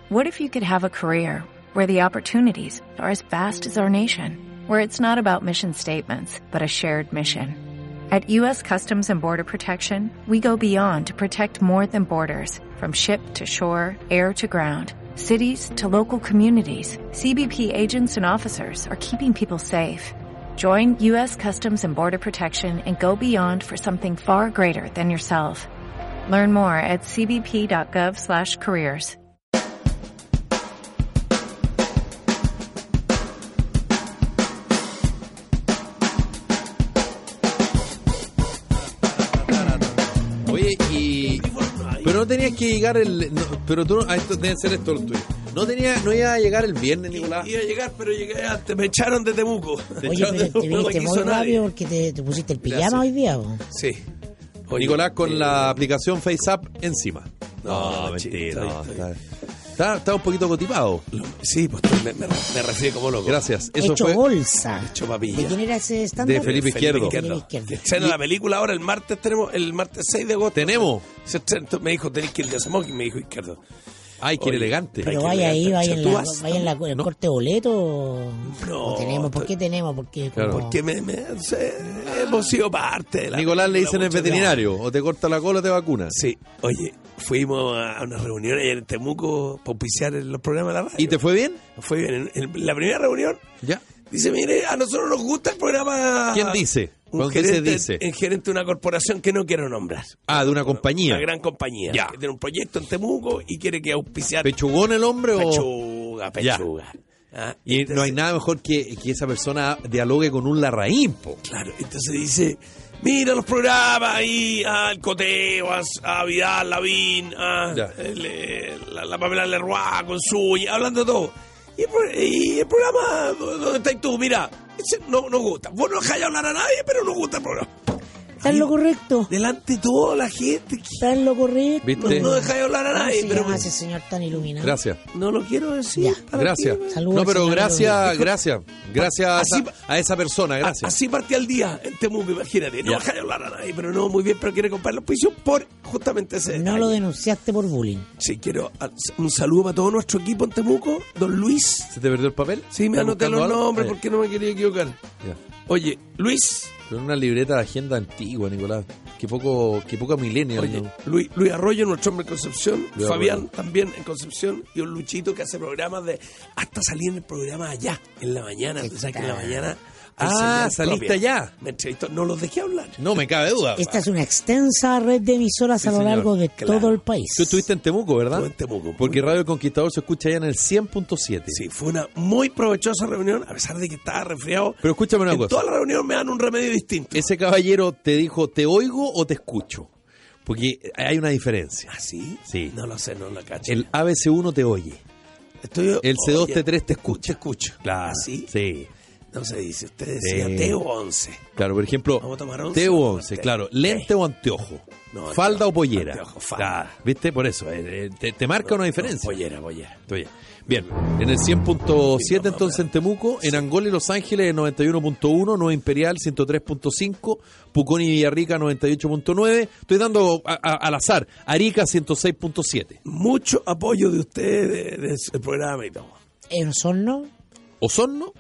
What if you could have a career where the opportunities are as vast as our nation, where it's not about mission statements, but a shared mission? At U.S. Customs and Border Protection, we go beyond to protect more than borders, from ship to shore, air to ground, cities to local communities. CBP agents and officers are keeping people safe. Join U.S. Customs and Border Protection and go beyond for something far greater than yourself. Learn more at cbp.gov/careers. Pero no tenías que llegar pero tú esto debe ser esto lo tuyo. No iba a llegar el viernes, Nicolás. Iba a llegar, pero llegué antes, me echaron de Temuco. Oye, pero te viniste muy rápido porque te pusiste el pijama hoy día, ¿o? Sí. Oye, Nicolás con la aplicación FaceApp encima. No, mentira. Está un poquito cotipado. Sí, pues me refiero como loco. Gracias. Eso hecho fue bolsa. Hecho papilla. ¿De quién era ese estándar? De Felipe Izquierdo. Que estrena la película ahora el martes 6 de agosto. ¿Tenemos? Me dijo, tenés que ir de Smoking, me dijo Izquierdo. Ay, qué elegante. Pero vaya ahí, vaya en el ¿no? corte boleto. No. Tenemos, ¿por qué tenemos? Porque, claro. Porque hemos sido parte de la... Nicolás le dicen el veterinario, o te corta la cola o te vacuna. Sí, oye, fuimos a una reunión ayer en Temuco para auspiciar los programas de la radio. ¿Y te fue bien? Fue bien. En la primera reunión, ya. Dice, mire, a nosotros nos gusta el programa... ¿Quién dice? Un gerente de una corporación que no quiero nombrar. Ah, de una compañía. Una gran compañía. Ya. Que tiene un proyecto en Temuco y quiere que auspiciar... ¿Pechugón el hombre o...? Pechuga. ¿Ah? Y entonces, no hay nada mejor que esa persona dialogue con un Larraín, po. Claro, entonces dice... Mira los programas ahí, el Coteo, a Vidal, Lavín, la Pamela Leroy con Suy, hablando de todo. Y el programa, ¿dónde estás tú? Mira, no nos gusta. Vos no dejáis hablar a nadie, pero nos gusta el programa. Está en lo correcto. Delante de toda la gente. Está en lo correcto. ¿Viste? No dejáis hablar a nadie. ¿Cómo se llama ese señor tan iluminado? Gracias. No lo quiero decir. Ya. Gracias. Saludos. No, pero gracias así, a esa persona, gracias. Así partía el día en Temuco, imagínate. No dejáis hablar a nadie, pero no, muy bien, pero quiere comprar los pisos por justamente ese detalle. No lo denunciaste por bullying. Sí, quiero un saludo para todo nuestro equipo en Temuco. Don Luis. ¿Se te perdió el papel? Sí, me anoté los nombres porque no me quería equivocar. Ya. Oye, Luis. Pero una libreta de agenda antigua, Nicolás. Qué poco millennial. Oye, ¿no? Luis Arroyo, nuestro hombre en Concepción. Luis Fabián Arroyo. también en Concepción. Y un Luchito que hace programas hasta salir en el programa allá, en la mañana. O sea, que en la mañana... saliste allá. Me entrevistó, no los dejé hablar. No me cabe duda. Esta es una extensa red de emisoras a lo largo de todo el país. Tú estuviste en Temuco, ¿verdad? Estuve en Temuco. Porque Radio El Conquistador se escucha allá en el 100.7. Sí, fue una muy provechosa reunión, a pesar de que estaba resfriado. Pero escúchame una cosa. En toda la reunión me dan un remedio distinto. Ese caballero te dijo, ¿te oigo o te escucho? Porque hay una diferencia. ¿Ah, sí? Sí. No lo sé, no la cacho. El ABC1 te oye. El C2, T3 te escucha. Te escucho. Claro. ¿Ah, sí? Sí. No se dice. Usted decía T o 11. Claro, por ejemplo, ¿Vamos a tomar 11? T o 11, claro. ¿Lente o anteojo? No, ¿Falda o pollera? Anteojo, falda. Claro, ¿viste? Por eso, te marca una diferencia. Pollera. Bien, en el 100.7 entonces en Temuco, en Angola y Los Ángeles 91.1, Nueva Imperial 103.5, Pucón y Villarrica 98.9, estoy dando al azar, Arica 106.7. Mucho apoyo de usted del programa y todo. ¿En Osorno? ¿Osorno?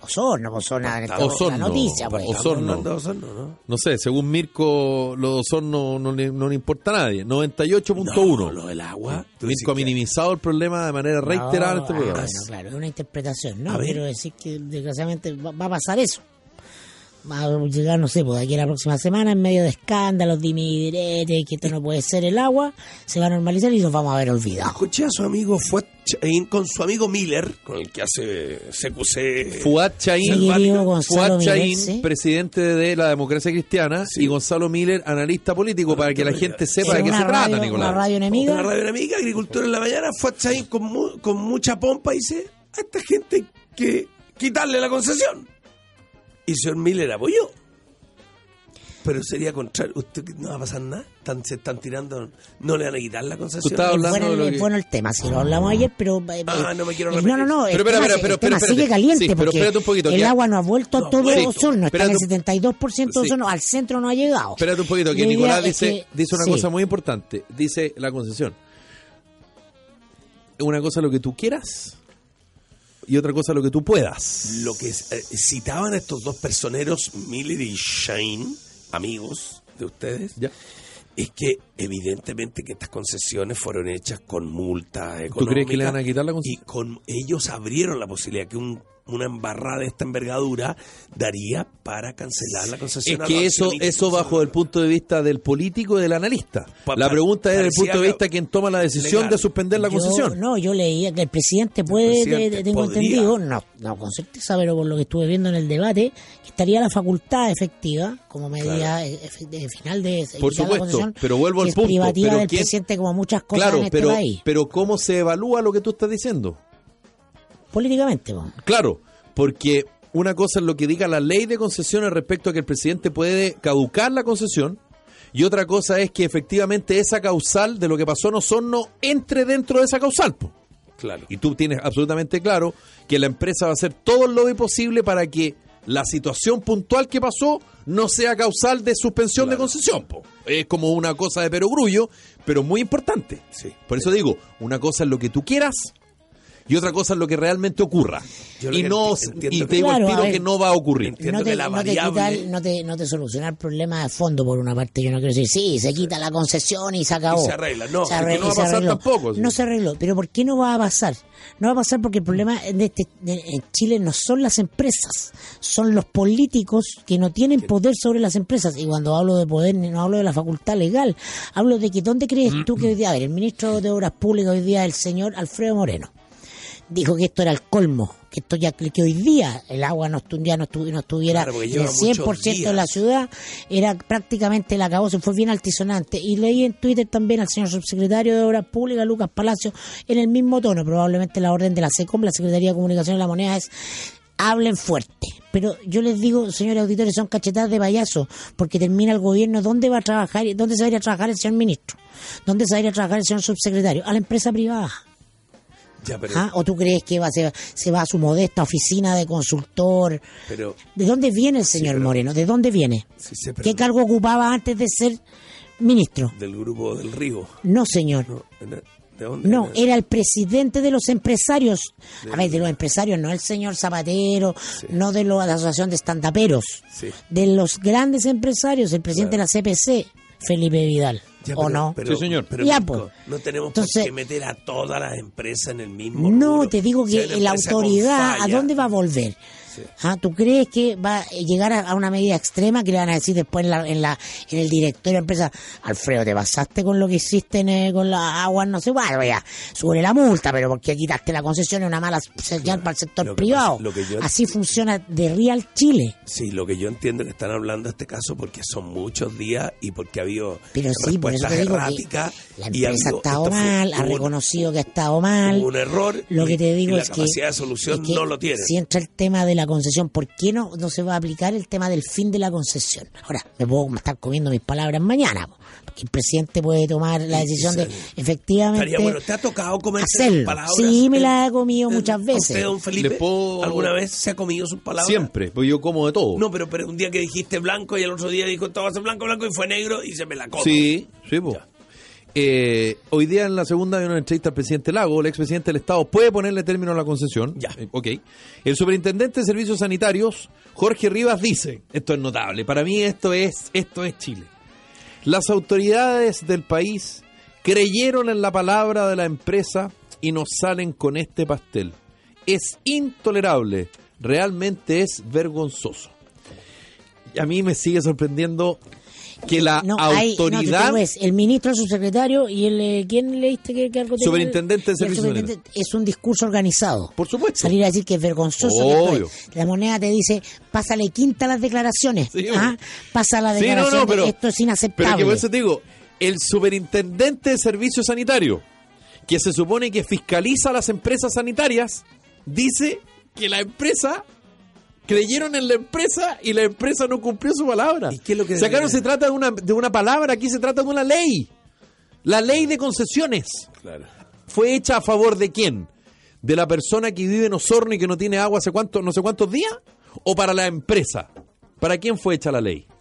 La noticia, pues. Osorno. ¿No? No sé, según Mirko, los Osorno no le importa a nadie. 98.1. No, lo del agua. Mirko ha minimizado el problema de manera reiterada en este programa. Bueno, claro, es una interpretación, ¿no? A ver. Quiero decir que desgraciadamente va a pasar eso. Va a llegar, no sé, pues de aquí a la próxima semana en medio de escándalos, dimidiretes, que esto no puede ser el agua, se va a normalizar y nos vamos a ver olvidados. Escuché a su amigo Fuad Chaín con su amigo Miller, con el que hace CQC. Fuad Chaín, Miller, ¿sí? Presidente de la Democracia Cristiana, sí. Y Gonzalo Miller, analista político, para que la gente sepa de qué se trata, Nicolás. Una radio enemiga. Una radio enemiga, Agricultura en la Mañana. Fuad Chaín con mucha pompa dice, a esta gente hay que quitarle la concesión. Y el señor Miller apoyó. Pero sería contrario. Usted no va a pasar nada. Se están tirando. No le van a quitar la concesión. Es bueno el tema. Si lo hablamos ayer, pero. No me quiero repetir. No. Pero el tema sigue caliente. Sí, pero espérate un poquito. El agua no ha vuelto a todo Osorno. Está en el 72% sí. de Osorno. Al centro no ha llegado. Espérate un poquito. Que Nicolás dice una cosa muy importante. Dice la concesión. una cosa es lo que tú quieras y otra cosa es lo que tú puedas. Lo que citaban estos dos personeros, Miller y Shane, amigos de ustedes, ¿Ya? es que evidentemente que estas concesiones fueron hechas con multas económicas. ¿Tú crees que le van a quitar la concesión? Y ellos abrieron la posibilidad que una embarrada de esta envergadura daría para cancelar la concesión. Es que eso bajo el punto de vista del político y del analista. La pregunta es desde el punto de vista de quien toma la decisión legal de suspender la concesión. Yo leía que el presidente puede, tengo entendido, no con certeza, pero por lo que estuve viendo en el debate, que estaría la facultad efectiva como medida de final de por supuesto, la concesión, pero vuelvo al punto. Privativa del presidente como muchas cosas en este país. Pero ¿cómo se evalúa lo que tú estás diciendo? Políticamente, Claro, porque una cosa es lo que diga la ley de concesiones respecto a que el presidente puede caducar la concesión, y otra cosa es que efectivamente esa causal de lo que pasó no entre dentro de esa causal, Claro. Y tú tienes absolutamente claro que la empresa va a hacer todo lo posible para que la situación puntual que pasó no sea causal de suspensión de concesión, Es como una cosa de perogrullo, pero muy importante. Sí. Por eso digo, una cosa es lo que tú quieras y otra cosa es lo que realmente ocurra. Y te digo al tiro que no va a ocurrir. No te soluciona el problema de fondo por una parte. Yo no quiero decir, sí, se quita la concesión y se acabó. Y se arregla. No, no va a pasar tampoco. No se arregló. Pero ¿por qué no va a pasar? No va a pasar porque el problema en Chile no son las empresas, son los políticos que no tienen poder sobre las empresas. Y cuando hablo de poder, no hablo de la facultad legal. Hablo de que, ¿dónde crees tú que hoy día, el ministro de Obras Públicas hoy día, el señor Alfredo Moreno, dijo que esto era el colmo, que hoy día el agua no estuviera claro, el 100% de la ciudad, era prácticamente la acabó, se fue bien altisonante. Y leí en Twitter también al señor subsecretario de Obras Públicas, Lucas Palacio, en el mismo tono. Probablemente la orden de la SECOM, la Secretaría de Comunicación de la Moneda, es hablen fuerte. Pero yo les digo, señores auditores, son cachetadas de payaso, porque termina el gobierno. ¿Dónde va a trabajar? ¿Dónde se va a ir a trabajar el señor ministro? ¿Dónde se va a ir a trabajar el señor subsecretario? A la empresa privada. ¿O tú crees que se va a su modesta oficina de consultor? Pero, ¿de dónde viene el señor Moreno? ¿De dónde viene? ¿Qué cargo ocupaba antes de ser ministro? Del grupo del Río. No, señor. ¿De dónde? No, era el presidente de los empresarios. De los empresarios, no el señor Zapatero, no de la asociación de estandaperos. De los grandes empresarios, el presidente de la CPC, Felipe Vidal. No? Sí, señor. Pero no tenemos por qué meter a todas las empresas en el mismo rubro. Te digo que la autoridad, ¿a dónde va a volver? Sí. ¿Tú crees que va a llegar a una medida extrema que le van a decir después en el directorio de la empresa, Alfredo, te pasaste con lo que hiciste con las aguas, no sé, bueno, ya, sube la multa, pero porque quitaste la concesión es una mala señal para el sector privado? Así funciona de Real Chile. Sí, lo que yo entiendo que están hablando en este caso porque son muchos días y porque ha habido por eso te digo que la empresa ha estado mal, ha reconocido que ha estado mal. Hubo un error. Lo que te digo es que la capacidad de solución no lo tiene. Si entra el tema de la concesión, ¿por qué no se va a aplicar el tema del fin de la concesión? Ahora, me puedo estar comiendo mis palabras mañana, porque el presidente puede tomar la decisión de efectivamente ¿te ha tocado comerse hacerlo? Sus palabras? Sí, me la he comido muchas veces. ¿Usted, don Felipe, alguna vez se ha comido sus palabras? Siempre, pues yo como de todo. No, pero un día que dijiste blanco y el otro día dijo todo va a ser blanco y fue negro y se me la come. Sí, pues. Hoy día en la segunda hay una entrevista al presidente Lago, el expresidente del Estado puede ponerle término a la concesión. El superintendente de servicios sanitarios, Jorge Rivas, dice, esto es notable, para mí esto es Chile. Las autoridades del país creyeron en la palabra de la empresa y nos salen con este pastel. Es intolerable, realmente es vergonzoso. Y a mí me sigue sorprendiendo que la autoridad... el ministro, el subsecretario y el... ¿quién leíste que algo tenía? Superintendente de servicios. Es un discurso organizado. Por supuesto. Salir a decir que es vergonzoso. La Moneda te dice, pásale quinta las declaraciones. Sí, pasa la declaración, pero esto es inaceptable. Pero que por eso te digo, el superintendente de servicios sanitarios, que se supone que fiscaliza las empresas sanitarias, dice que la empresa... creyeron en la empresa y la empresa no cumplió su palabra. ¿Y qué es lo que acá no se trata de una palabra, aquí se trata de una ley. La ley de concesiones. Claro. ¿Fue hecha a favor de quién? ¿De la persona que vive en Osorno y que no tiene agua hace no sé cuántos días? ¿O para la empresa? ¿Para quién fue hecha la ley?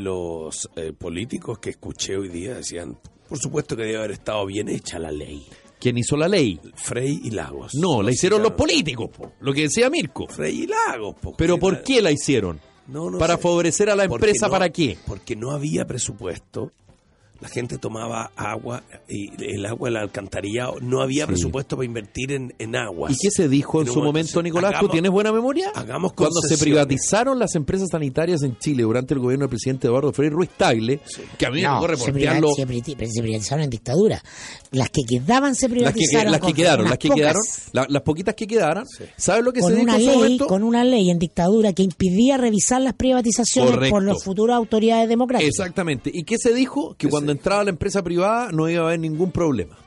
Los políticos que escuché hoy día decían, por supuesto que debe haber estado bien hecha la ley. ¿Quién hizo la ley? Frey y Lagos. No, la hicieron los políticos, po, lo que decía Mirko. Frey y Lagos. ¿Pero por qué la hicieron? No ¿Para sé. favorecer a la empresa? ¿Para qué? Porque no había presupuesto. La gente tomaba agua y el agua del alcantarillado. No había presupuesto para invertir en aguas. ¿Y qué se dijo en su momento, Nicolás? ¿Tú tienes buena memoria? Hagamos Cuando se privatizaron las empresas sanitarias en Chile durante el gobierno del presidente Eduardo Frei Ruiz Tagle, que a mí me tocó reportearlo. Se privatizaron en dictadura. Las que quedaban se privatizaron. Las que quedaron, las poquitas que quedaron. ¿Sabes lo que se dijo en su momento? Con una ley en dictadura que impidía revisar las privatizaciones por las futuras autoridades democráticas. Exactamente. ¿Y qué se dijo? Que cuando entraba la empresa privada no iba a haber ningún problema.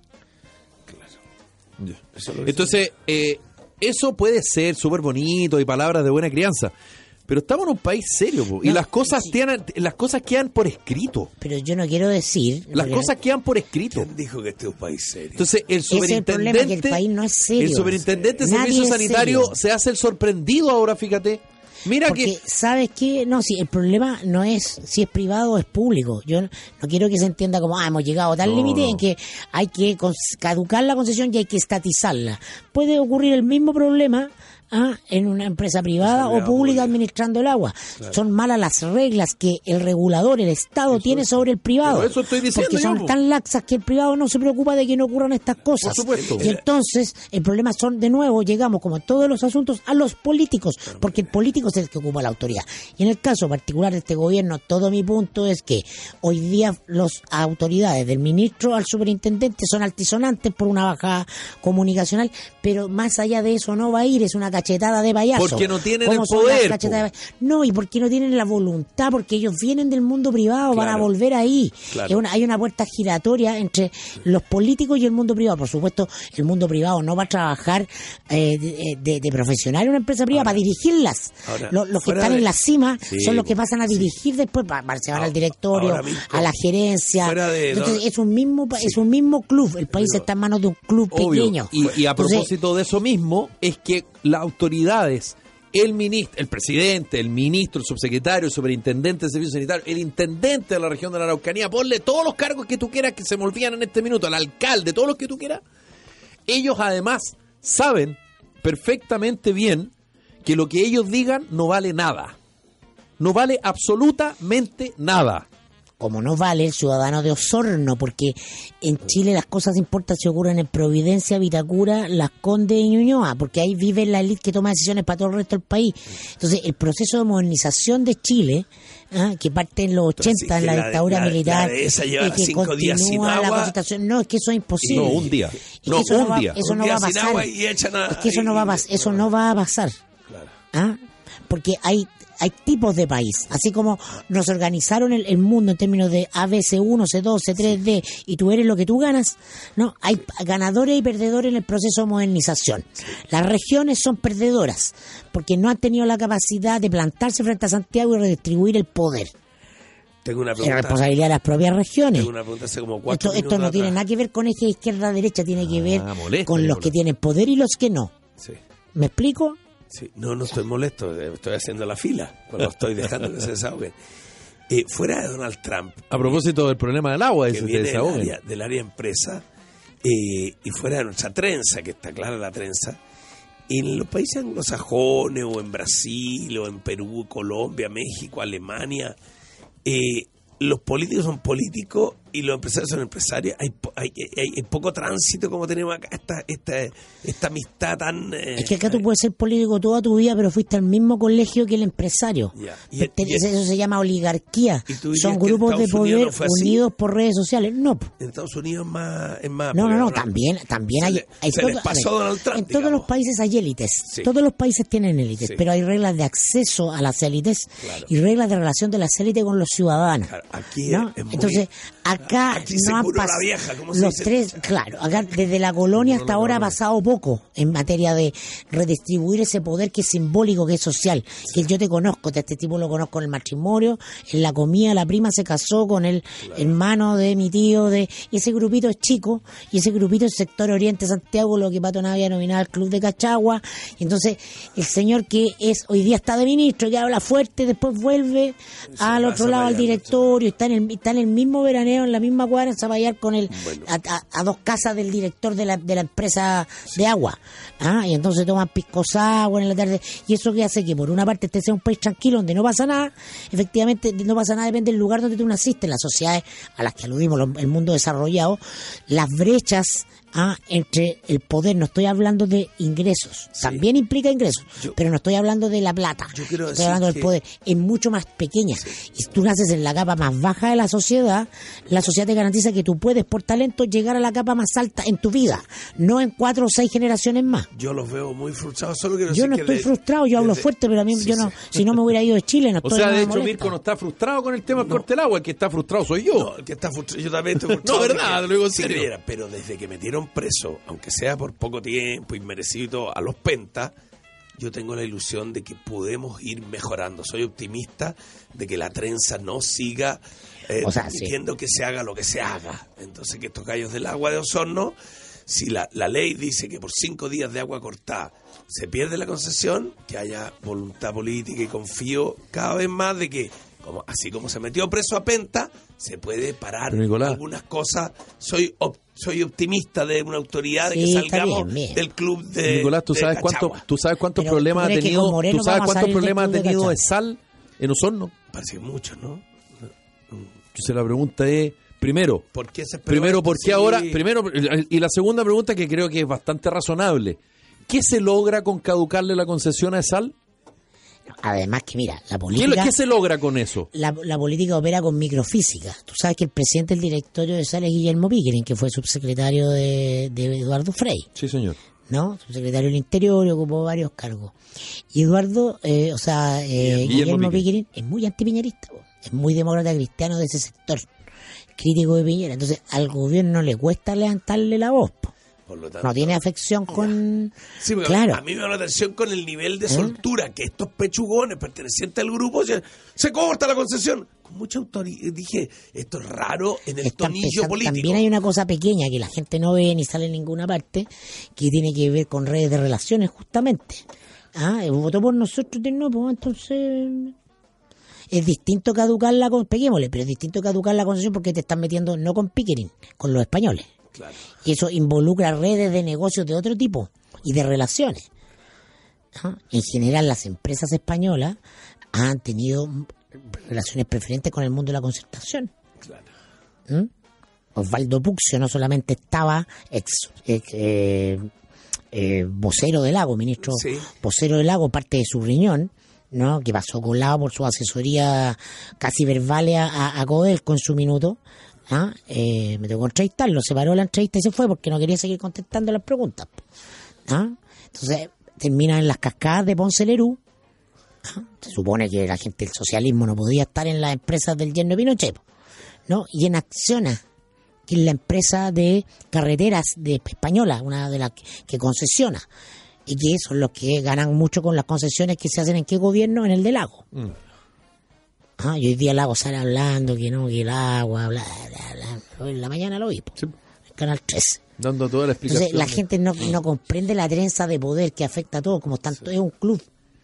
Claro. Entonces, eso puede ser súper bonito y palabras de buena crianza, pero estamos en un país serio, y las cosas quedan por escrito. Pero yo no quiero decir... Las cosas quedan por escrito. ¿Quién dijo que este es un país serio? Entonces, el superintendente... que el país no es serio. El superintendente de Servicio Sanitario se hace el sorprendido ahora, fíjate. Mira porque, ¿sabes qué? No, si el problema no es si es privado o es público. Yo no quiero que se entienda como, hemos llegado a tal límite en que hay que caducar la concesión y hay que estatizarla. Puede ocurrir el mismo problema en una empresa privada o pública administrando el agua. Claro. Son malas las reglas que el regulador, el Estado, tiene sobre el privado. Pero eso estoy diciendo porque son tan laxas que el privado no se preocupa de que no ocurran estas cosas. Por supuesto. Y entonces el problema son, de nuevo, llegamos como en todos los asuntos a los políticos, porque el político es el que ocupa la autoridad. Y en el caso particular de este gobierno, todo mi punto es que hoy día las autoridades, del ministro al superintendente, son altisonantes por una bajada comunicacional, pero más allá de eso no va a ir, es una cachetada de payaso. Porque no tienen el poder. No, y porque no tienen la voluntad, porque ellos vienen del mundo privado, van a volver ahí. Claro. Hay una puerta giratoria entre los políticos y el mundo privado. Por supuesto, el mundo privado no va a trabajar de profesional en una empresa privada para dirigirlas. Los que están en la cima son los que pasan a dirigir después, se van al directorio, a la gerencia. Entonces, es un mismo club. El país está en manos de un club pequeño. Y a propósito de eso mismo, es que las autoridades, el presidente, el ministro, el subsecretario, el superintendente de servicios sanitarios, el intendente de la región de la Araucanía, ponle todos los cargos que tú quieras que se me olvidan en este minuto, el alcalde, todos los que tú quieras, ellos además saben perfectamente bien que lo que ellos digan no vale nada. No vale absolutamente nada. Como no vale el ciudadano de Osorno, porque en Chile las cosas importantes se ocurren en Providencia, Vitacura, Las Condes y Ñuñoa, porque ahí vive la élite que toma decisiones para todo el resto del país. Entonces, el proceso de modernización de Chile, que parte en los 80, en la dictadura militar, que 5 días sin agua. La concentración, no, es que eso es imposible. No, un día. Eso no va a pasar. Es que eso no va a pasar. Claro. Porque hay tipos de país, así como nos organizaron el mundo en términos de A, B, C1, C2, C3, D, y tú eres lo que tú ganas, ¿no? Hay ganadores y perdedores en el proceso de modernización. Las regiones son perdedoras, porque no han tenido la capacidad de plantarse frente a Santiago y redistribuir el poder. Tengo una pregunta. Es responsabilidad de las propias regiones. Tengo una pregunta hace como 4 minutos esto no tiene nada que ver con eje izquierda-derecha, tiene que ver con los que tienen poder y los que no. Sí. ¿Me explico? Sí, no estoy molesto, estoy haciendo la fila, pero estoy dejando que se desahoguen. Fuera de Donald Trump. A propósito del problema del agua, que viene del área empresa, y fuera de nuestra trenza, que está clara la trenza, en los países anglosajones, o en Brasil, o en Perú, Colombia, México, Alemania, los políticos son políticos y los empresarios son empresarios. Hay poco tránsito, como tenemos acá, esta amistad tan... es que acá tú puedes ser político toda tu vida, pero fuiste al mismo colegio que el empresario. Eso se llama oligarquía. Son grupos de poder unidos por redes sociales. No. En Estados Unidos es más... No, también hay se les pasó Donald Trump, en todos los países hay élites. Sí. Todos los países tienen élites, pero hay reglas de acceso a las élites y reglas de relación de las élites con los ciudadanos. Claro, aquí ¿no? Entonces, acá no han pasado los tres, claro, acá desde la colonia hasta ahora ha pasado poco en materia de redistribuir ese poder que es simbólico, que es social, que yo te conozco, este tipo lo conozco en el matrimonio, en la comida, la prima se casó con el hermano de mi tío, y ese grupito es chico, y ese grupito es sector Oriente Santiago, lo que Pato Navia denominaba el Club de Cachagua, y entonces el señor que hoy día está de ministro, que habla fuerte, después vuelve al otro lado al directorio, está en el mismo veraneo en la misma cuadra en Zapallar con a 2 casas del director de la empresa de agua. Y entonces toman piscos agua en la tarde. Y eso que hace que por una parte este sea un país tranquilo donde no pasa nada. Efectivamente, no pasa nada, depende del lugar donde tú naciste. En las sociedades a las que aludimos, el mundo desarrollado, las brechas entre el poder, no estoy hablando de ingresos, también implica ingresos, pero no estoy hablando de la plata, estoy hablando del poder, es mucho más pequeña. Y si tú naces en la capa más baja de la sociedad te garantiza que tú puedes por talento llegar a la capa más alta en tu vida, no en 4 o 6 generaciones más. Yo los veo muy frustrados, solo quiero yo decir no estoy frustrado, yo hablo fuerte, pero a mí si no me hubiera ido de Chile no estoy. O sea, de hecho Mirko no está frustrado con el tema del corte del agua, el que está frustrado soy yo. No, el que está frustrado, yo también estoy frustrado. No, verdad, lo digo en serio. Pero desde que metieron preso, aunque sea por poco tiempo, inmerecido, a los pentas, yo tengo la ilusión de que podemos ir mejorando. Soy optimista de que la trenza no siga diciendo que se haga lo que se haga. Entonces, que estos gallos del agua de Osorno, si la ley dice que por 5 días de agua cortada se pierde la concesión, que haya voluntad política, y confío cada vez más de que, así como se metió preso a Penta, se puede parar algunas cosas. Soy optimista de una autoridad, de que salgamos del club de Nicolás, ¿tú sabes cuántos problemas ha tenido? ¿Tú sabes cuántos problemas ha tenido Sal en Osorno? Parece mucho, ¿no? Entonces la pregunta es, primero, ¿por qué ahora? Primero, y la segunda pregunta, que creo que es bastante razonable, ¿qué se logra con caducarle la concesión a Sal? Además que, mira, la política... ¿Qué se logra con eso? La política opera con microfísica. Tú sabes que el presidente del directorio de Sal es Guillermo Pickering, que fue subsecretario de Eduardo Frei. Sí, señor. ¿No? Subsecretario del Interior, y ocupó varios cargos. Y Guillermo Pickering es muy antipiñerista, es muy demócrata cristiano de ese sector, crítico de Piñera. Entonces, al gobierno le cuesta levantarle la voz, Por lo tanto, no tiene afección con... Sí, porque claro. A mí me da la atención con el nivel de soltura que estos pechugones pertenecientes al grupo se corta la concesión. Con mucha autoridad. Dije, esto es raro en el tonillo político. También hay una cosa pequeña que la gente no ve ni sale en ninguna parte, que tiene que ver con redes de relaciones, justamente. Votó por nosotros, no, pues entonces... Es distinto caducarla peguémosle, pero es distinto caducar la concesión porque te están metiendo no con Pickering, con los españoles. Claro. Y eso involucra redes de negocios de otro tipo y de relaciones. En general, las empresas españolas han tenido relaciones preferentes con el mundo de la concertación. Claro. Osvaldo Puccio no solamente estaba vocero del Lago, ministro vocero del Lago, parte de su riñón, ¿no? Que pasó colado por su asesoría casi verbal a Codelco en su minuto. Me tocó entrevistarlo, se paró la entrevista y se fue porque no quería seguir contestando las preguntas. Entonces termina en las cascadas de Ponce Lerú. Se supone que la gente del socialismo no podía estar en las empresas del yerno de Pinochet, ¿no? Y en Acciona, que es la empresa de carreteras española, una de las que concesiona, y que son los que ganan mucho con las concesiones que se hacen en qué gobierno, en el del Lago. Y hoy día el Lago sale hablando que el agua, bla, bla, bla. En la mañana lo vi, el Canal 13. Dando toda la explicación. Entonces la gente no comprende la trenza de poder que afecta a todos, como tanto es un club.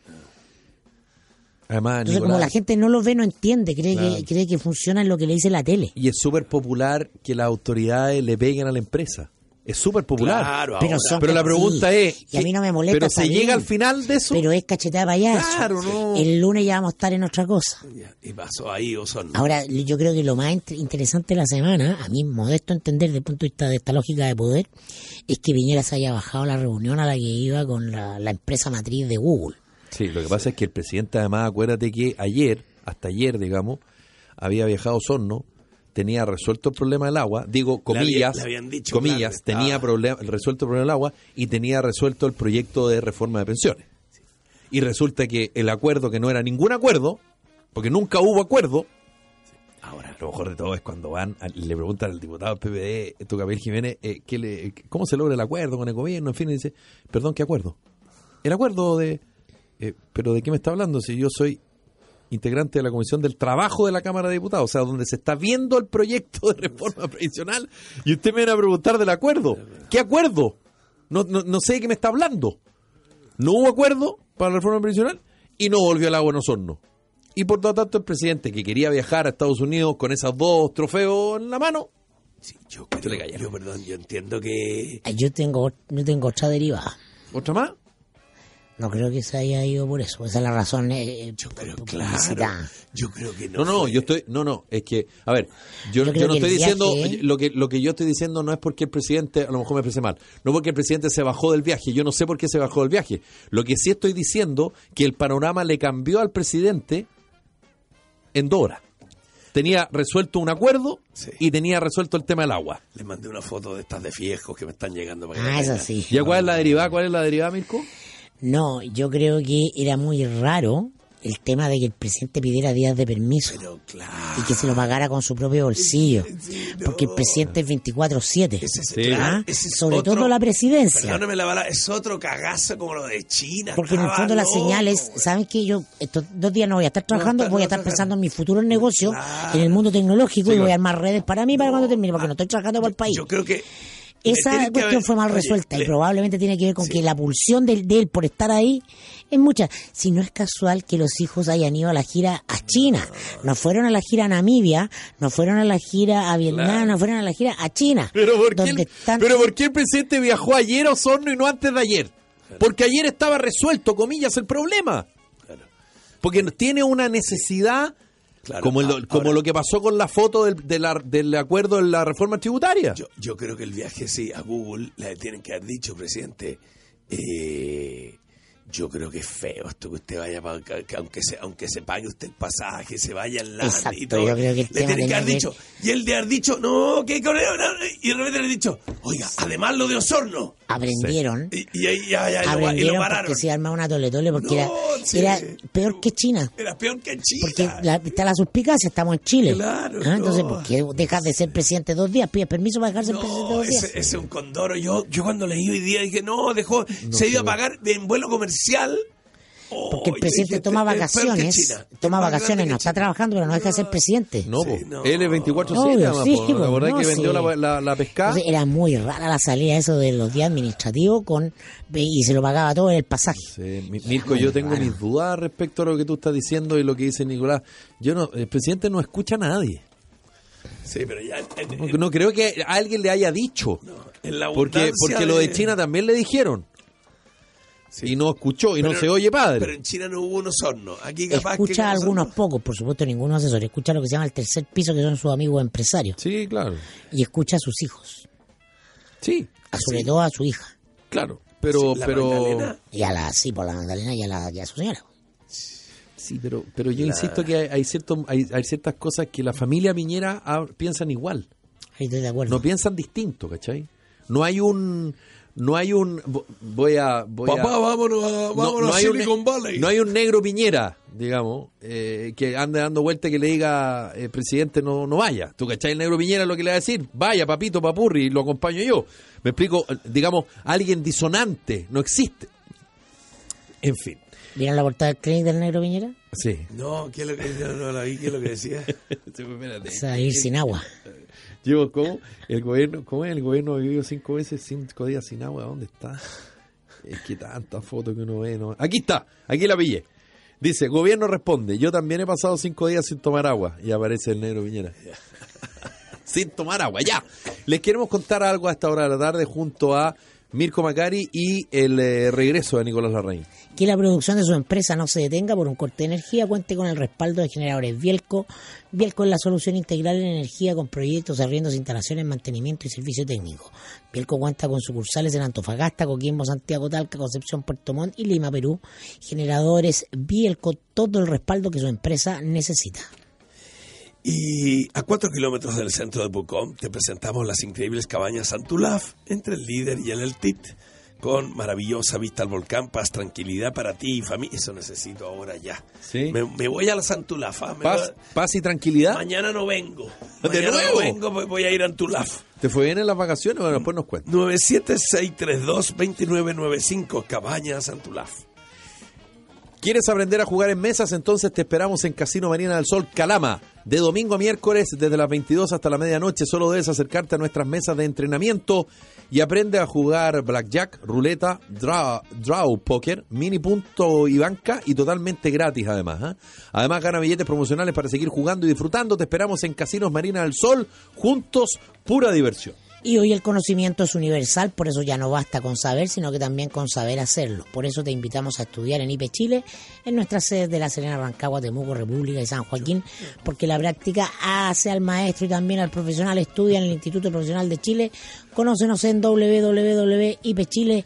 Además, entonces, Nicolás, como la gente no lo ve, no entiende, cree que funciona en lo que le dice la tele. Y es súper popular que las autoridades le peguen a la empresa. Es súper popular. Claro, pero la pregunta es... Y a mí no me molesta. Pero se llega al final de eso. Pero es cachetada payaso. Claro, no. El lunes ya vamos a estar en otra cosa. Y pasó ahí, Osorno. Ahora, yo creo que lo más interesante de la semana, a mí modesto entender desde el punto de vista de esta lógica de poder, es que Piñera se haya bajado a la reunión a la que iba con la empresa matriz de Google. Sí, lo que pasa es que el presidente, además, acuérdate que hasta ayer, digamos, había viajado a Osorno, tenía resuelto el problema del agua, digo, comillas, le habían dicho, comillas, tenía resuelto el problema del agua y tenía resuelto el proyecto de reforma de pensiones. Sí. Y resulta que el acuerdo, que no era ningún acuerdo, porque nunca hubo acuerdo, ahora, lo mejor de todo es cuando le preguntan al diputado del PPD, Tucapel Jiménez, ¿cómo se logra el acuerdo con el gobierno? En fin, y dice, perdón, ¿qué acuerdo? El acuerdo de... ¿pero de qué me está hablando? Si yo soy integrante de la Comisión del Trabajo de la Cámara de Diputados, o sea, donde se está viendo el proyecto de reforma previsional, y usted me viene a preguntar del acuerdo. ¿Qué acuerdo? No sé de qué me está hablando. No hubo acuerdo para la reforma previsional y no volvió al agua en Osorno. Y por lo tanto el presidente que quería viajar a Estados Unidos con esos 2 trofeos en la mano, Sí, yo entiendo que... Yo tengo otra derivada. ¿otra más? No creo que se haya ido por eso. Esa es la razón. Yo creo que no. No, es que, a ver, yo creo no que estoy el diciendo, viaje- lo que yo estoy diciendo no es porque el presidente, a lo mejor me expresé mal, no porque el presidente se bajó del viaje, yo no sé por qué se bajó del viaje. Lo que sí estoy diciendo, que el panorama le cambió al presidente en 2 horas. Tenía resuelto un acuerdo y tenía resuelto el tema del agua. Les mandé una foto de estas de fiejos que me están llegando para que Ah, la eso tengan. sí. ¿Y cuál es la derivada? ¿Cuál es la derivada, Mirko? No, yo creo que era muy raro el tema de que el presidente pidiera días de permiso Pero claro. y que se lo pagara con su propio bolsillo. Porque el presidente es 24/7. ¿Ah? Sobre todo la presidencia. Perdóname la bala, es otro cagazo como lo de China. Porque en el fondo las señales, ¿saben qué? Yo estos 2 días no voy a estar trabajando, voy a estar pensando en mi futuro negocio, en el mundo tecnológico, y voy a armar redes para mí para cuando termine, porque no estoy trabajando para el país. Yo creo que... Esa cuestión fue mal resuelta y probablemente tiene que ver con que la pulsión de él por estar ahí es mucha. Si no es casual que los hijos hayan ido a la gira a China, no fueron a la gira a Namibia, no fueron a la gira a Vietnam, no fueron a la gira a China. ¿Pero por qué el presidente viajó ayer a Osorno y no antes de ayer? Porque ayer estaba resuelto, comillas, el problema. Porque tiene una necesidad... Claro, como lo que pasó con la foto del acuerdo de la reforma tributaria. Yo creo que el viaje, sí, a Google le tienen que haber dicho, presidente, yo creo que es feo esto que usted vaya, que aunque se pague usted el pasaje, se vaya al land Exacto, y todo. yo creo que el le tema tienen que haber tiene dicho, y él de haber dicho, no, que con él, y de repente le han dicho, oiga, además lo de Osorno. Aprendieron. Y ahí ya y lo Aprendieron pararon. porque se arma una tole-tole, porque No, sí. era peor que China. Era peor que China. Porque está la suspicacia, estamos en Chile. Claro, Entonces, no. ¿por qué dejas de ser presidente 2 días? ¿Pides permiso para dejar de ser presidente 2 días? Ese es un condoro. Yo cuando leí hoy día dije, se iba a pagar en vuelo comercial. Porque el presidente toma vacaciones, no está trabajando, pero no deja de ser presidente. No, Sí, po. Él es 24/7, Obvio, además, sí, po. po, La verdad no, que vendió sí. la pescada. Entonces, era muy rara la salida eso de los días administrativos y se lo pagaba todo en el pasaje. Sí, Mirko, yo tengo mis dudas respecto a lo que tú estás diciendo y lo que dice Nicolás. El presidente no escucha a nadie. Sí, pero ya... No creo que a alguien le haya dicho. en la Porque abundancia lo de China también le dijeron. Sí. Y no escuchó, y no se oye padre. Pero en China no hubo unos hornos. Aquí capaz Escucha que a algunos pocos, por supuesto, ninguno asesor. Escucha lo que se llama el tercer piso, que son sus amigos empresarios. Sí, claro. Y escucha a sus hijos. Sí, Sobre todo a su hija. claro. Pero, la pero, Magdalena. Y a la Magdalena y a su señora. sí, pero yo insisto que hay ciertas cosas que la familia Piñera piensan igual. Ahí estoy de acuerdo. No piensan distinto, ¿cachai? No hay un Papá, vámonos a Silicon Valley. No hay un negro Piñera, digamos, que ande dando vuelta que le diga, presidente, no vaya. ¿Tú cachai? El negro Piñera lo que le va a decir, vaya, papito, papurri, lo acompaño yo. Me explico, digamos, alguien disonante, no existe. En fin. ¿Vieron la portada del Credit del negro Piñera? Sí. No, ¿qué es lo que no la vi? ¿Qué es lo que decía? Espérate. O sea, ir sin agua. ¿Cómo es? El gobierno vivió 5 veces, 5 días sin agua. ¿Dónde está? Es que tantas fotos que uno ve. ¿No? Aquí está, aquí la pillé. Dice, gobierno responde, yo también he pasado 5 días sin tomar agua. Y aparece el negro Piñera. Sin tomar agua, ya. Les queremos contar algo a esta hora de la tarde junto a Mirko Macari y el regreso de Nicolás Larraín. Que la producción de su empresa no se detenga por un corte de energía, cuente con el respaldo de generadores Bielco. Bielco es la solución integral en energía con proyectos, arriendos, instalaciones, mantenimiento y servicio técnico. Bielco cuenta con sucursales en Antofagasta, Coquimbo, Santiago, Talca, Concepción, Puerto Montt y Lima, Perú. Generadores Bielco, todo el respaldo que su empresa necesita. Y a 4 kilómetros del centro de Pucón te presentamos las increíbles cabañas Santulaf entre el Líder y el Eltit, con maravillosa vista al volcán, paz, tranquilidad para ti y familia. Eso necesito ahora ya. ¿Sí? Me voy a la Santulaf. Paz y tranquilidad. Mañana no vengo. ¿De Mañana nuevo? no vengo, voy a ir a Antulaf. ¿Te fue bien en las vacaciones? Bueno, después nos cuentas. 97632-2995, Cabañas Santulaf. ¿Quieres aprender a jugar en mesas? Entonces te esperamos en Casino Marina del Sol Calama. De domingo a miércoles, desde las 22 hasta la medianoche, solo debes acercarte a nuestras mesas de entrenamiento y aprende a jugar blackjack, ruleta, draw poker, mini punto y banca, y totalmente gratis además. Además gana billetes promocionales para seguir jugando y disfrutando. Te esperamos en Casinos Marina del Sol, juntos, pura diversión. Y hoy el conocimiento es universal, por eso ya no basta con saber, sino que también con saber hacerlo. Por eso te invitamos a estudiar en IPE Chile, en nuestras sedes de La Serena, Rancagua, Temuco, República y San Joaquín, porque la práctica hace al maestro y también al profesional. Estudia en el Instituto Profesional de Chile. Conócenos en www.ipechile.cl.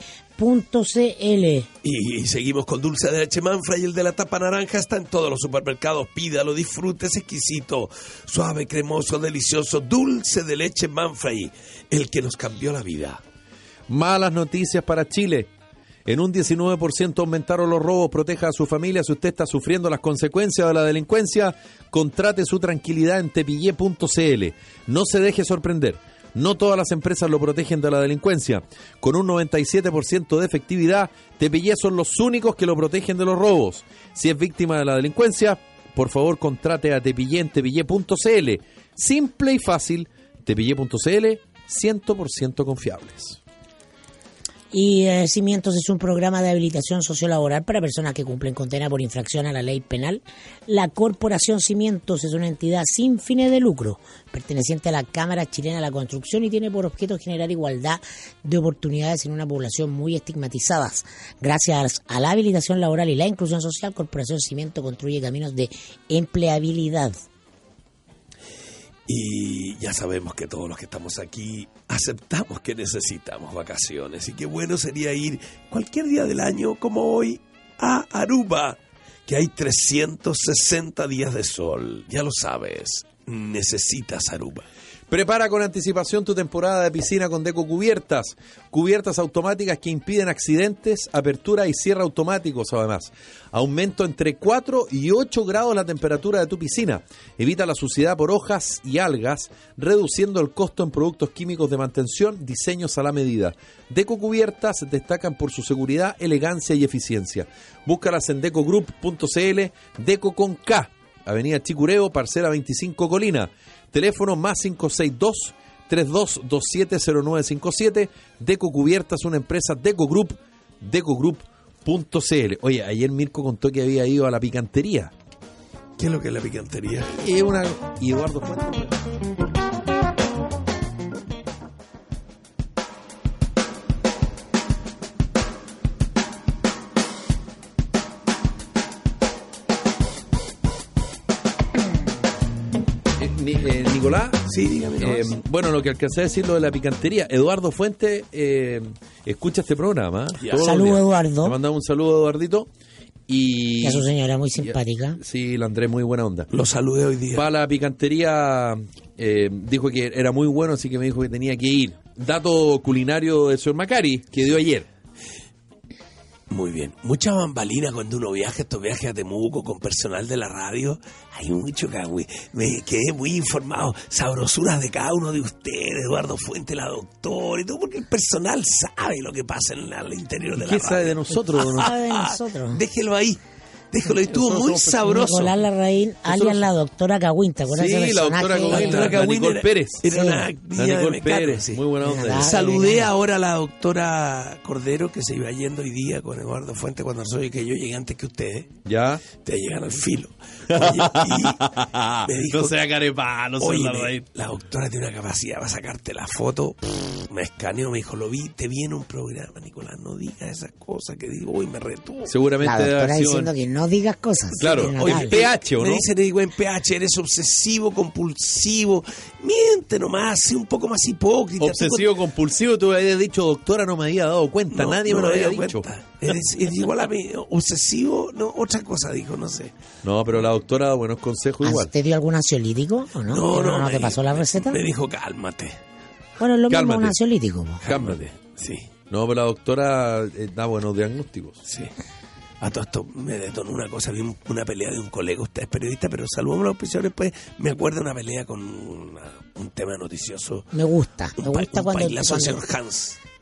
Y seguimos con dulce de leche Manfrey, el de la tapa naranja está en todos los supermercados. Pídalo, disfrute, es exquisito, suave, cremoso, delicioso, dulce de leche Manfrey, el que nos cambió la vida. Malas noticias para Chile. En un 19% aumentaron los robos. Proteja a su familia. Si usted está sufriendo las consecuencias de la delincuencia, contrate su tranquilidad en tepillé.cl. No se deje sorprender. No todas las empresas lo protegen de la delincuencia. Con un 97% de efectividad, Tepillé son los únicos que lo protegen de los robos. Si es víctima de la delincuencia, por favor contrate a Tepillé en tepillé.cl. Simple y fácil, tepillé.cl, 100% confiables. Y Cimientos es un programa de habilitación sociolaboral para personas que cumplen condena por infracción a la ley penal. La Corporación Cimientos es una entidad sin fines de lucro, perteneciente a la Cámara Chilena de la Construcción y tiene por objeto generar igualdad de oportunidades en una población muy estigmatizada. Gracias a la habilitación laboral y la inclusión social, Corporación Cimientos construye caminos de empleabilidad. Y ya sabemos que todos los que estamos aquí aceptamos que necesitamos vacaciones y qué bueno sería ir cualquier día del año como hoy a Aruba, que hay 360 días de sol. Ya lo sabes, necesitas Aruba. Prepara con anticipación tu temporada de piscina con Deco Cubiertas. Cubiertas automáticas que impiden accidentes, apertura y cierre automáticos además. Aumento entre 4 y 8 grados la temperatura de tu piscina. Evita la suciedad por hojas y algas, reduciendo el costo en productos químicos de mantención, diseños a la medida. Deco Cubiertas destacan por su seguridad, elegancia y eficiencia. Búscalas en decogroup.cl, Deco con K, Avenida Chicureo, Parcela 25 Colina. Teléfono más 562-3227-0957. Deco Cubiertas, una empresa Deco Group, decogroup.cl. Oye, ayer Mirko contó que había ido a la picantería. ¿Qué es lo que es la picantería? Y Eduardo Fuentes. Nicolás, sí, dígame. Bueno, lo que alcancé a decir lo de la picantería. Eduardo Fuentes escucha este programa. Saludos, Eduardo. Le mandamos un saludo a Eduardito. Y a su señora, muy simpática. Sí, la Andrés, muy buena onda. Lo saludé hoy día. Para la picantería, dijo que era muy bueno, así que me dijo que tenía que ir. Dato culinario del señor Macari, que dio ayer. Muy bien. Mucha bambalina cuando uno viaja, estos viajes a Temuco con personal de la radio. Hay mucho cagüey. Me quedé muy informado. Sabrosuras de cada uno de ustedes, Eduardo Fuentes, la doctora y todo, porque el personal sabe lo que pasa en el interior de la radio. ¿Qué sabe de nosotros? Sabe de nosotros. Déjelo ahí. Déjalo, estuvo muy sabroso. Nicolás Larraín, alias la doctora Cagüín, ¿te acuerdas? Sí, la doctora Cagüín, Nicole Pérez. Era una niña de Pérez, sí. Muy buena onda. Saludé ahora a la doctora Cordero, que se iba yendo hoy día con Eduardo Fuentes cuando soy que yo llegué antes que ustedes. ¿Ya? Ustedes llegan al filo. Oye, y me dijo, no sea carepalo, oye, la doctora tiene una capacidad para sacarte la foto. Me escaneó, me dijo, lo vi, te vi en un programa, Nicolás, no digas esas cosas que digo, uy, me retuvo. Seguramente la doctora diciendo que no digas cosas. Claro, o en PH, ¿o no? Me dice, le digo, en PH, eres obsesivo, compulsivo, miente nomás, sé un poco más hipócrita. Obsesivo, compulsivo, tú habías dicho, doctora, no me había dado cuenta, nadie me lo había dicho. Eres igual a mí, obsesivo, no, otra cosa dijo, no sé. No, pero la doctora da buenos consejos igual. ¿Te dio algún ansiolítico o no? ¿No te pasó la receta? Me dijo, cálmate. Bueno, es lo mismo un ansiolítico. Cálmate. Sí. No, pero la doctora da buenos diagnósticos. Sí. A todo esto me detonó una cosa, vi una pelea de un colega, usted es periodista, pero saludamos a los auspiciadores, pues me acuerdo de una pelea con un tema noticioso. Me gusta cuando señor Hans.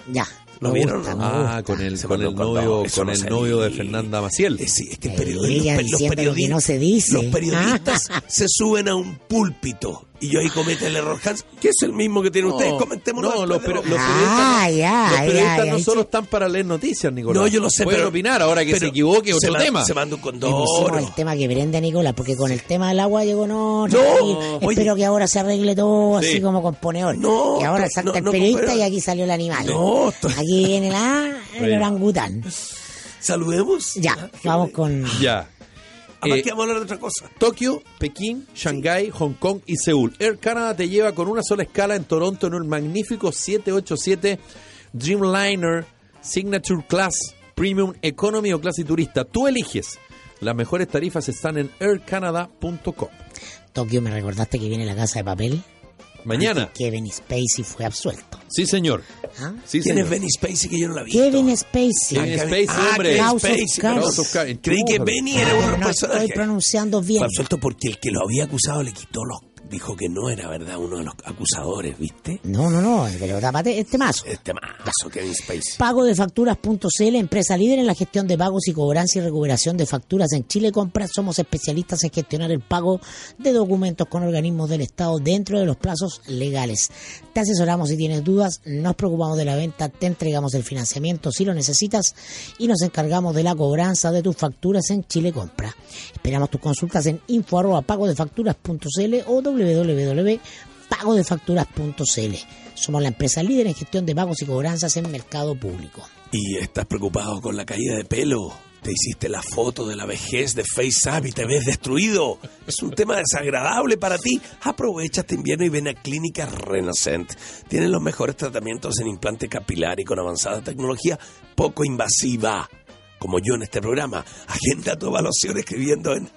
Ya. ¿Lo me vieron? gusta, me Ah, gusta. con el Se mandó un novio, condón. Eso con no el se novio de dice. Fernanda Maciel. Sí, es que Ella diciendo lo que no se dice. los periodistas se suben a un púlpito y yo ahí comete el error, Hans, que es el mismo que tienen ustedes. Comentémoslo. No, los después de periodistas, los periodistas no ya, solo sí. están para leer noticias, Nicolás. No, yo lo sé, pueden pero opinar ahora que se pero equivoque otro tema. Se manda un Y condón. pusimos el tema que prende a Nicolás, porque con el tema del agua llegó No, tranquilo. oye. Espero que ahora se arregle todo Sí. así como con ponedor. No, y ahora no, salta no, el periodista pero- y aquí salió el animal. No, Aquí viene el Oye. orangután. saludemos. Ya, vamos con... Ya. Además que vamos a hablar de otra cosa. Tokio, Pekín, Shanghái, Hong Kong y Seúl. Air Canada te lleva con una sola escala en Toronto en un magnífico 787 Dreamliner Signature Class, Premium Economy o clase turista. Tú eliges. Las mejores tarifas están en aircanada.com. Tokio, me recordaste que viene La Casa de Papel. Mañana. Que Kevin Spacey fue absuelto. Sí, señor. ¿Ah? Sí, ¿Quién es señor. Benny Spacey que yo no la vi? Kevin Spacey. Kevin Spacey, hombre. Kevin House of Spacey, Cards. perdón. House of Cards. Creí que Benny era uno de los No estoy personajes. pronunciando bien. Fue absuelto porque el que lo había acusado le quitó los... Dijo que no era verdad uno de los acusadores, ¿viste? No, pero tápate este mazo. Este mazo, Kevin Spacey. Pagodefacturas.cl, empresa líder en la gestión de pagos y cobranza y recuperación de facturas en Chile Compras. Somos especialistas en gestionar el pago de documentos con organismos del Estado dentro de los plazos legales. Te asesoramos si tienes dudas, nos preocupamos de la venta, te entregamos el financiamiento si lo necesitas y nos encargamos de la cobranza de tus facturas en Chile Compras. Esperamos tus consultas en info@pagodefacturas.cl o www.pagodefacturas.cl. Somos la empresa líder en gestión de pagos y cobranzas en mercado público. ¿Y estás preocupado con la caída de pelo? ¿Te hiciste la foto de la vejez de FaceApp y te ves destruido? ¿Es un tema desagradable para ti? Aprovecha este invierno y ven a Clínica Renascent. Tienen los mejores tratamientos en implante capilar y con avanzada tecnología poco invasiva. Como yo en este programa. Agenda tu evaluación escribiendo en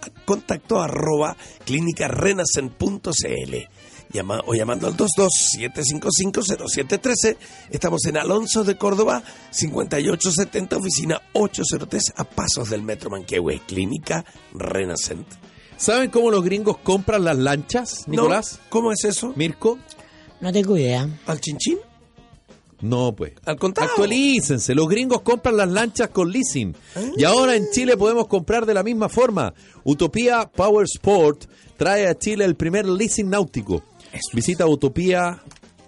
contacto@clinicarenascent.cl o llamando al 22-755-0713. Estamos en Alonso de Córdoba, 5870, oficina 803, a pasos del Metro Manquehue. Clínica Renascent. ¿Saben cómo los gringos compran las lanchas, Nicolás? ¿No? ¿Cómo es eso? ¿Mirko? No tengo idea. ¿Al chinchín? No, pues. Al contado. Actualícense. Los gringos compran las lanchas con leasing. Y ahora en Chile podemos comprar de la misma forma. Utopía Power Sport trae a Chile el primer leasing náutico. Visita Utopía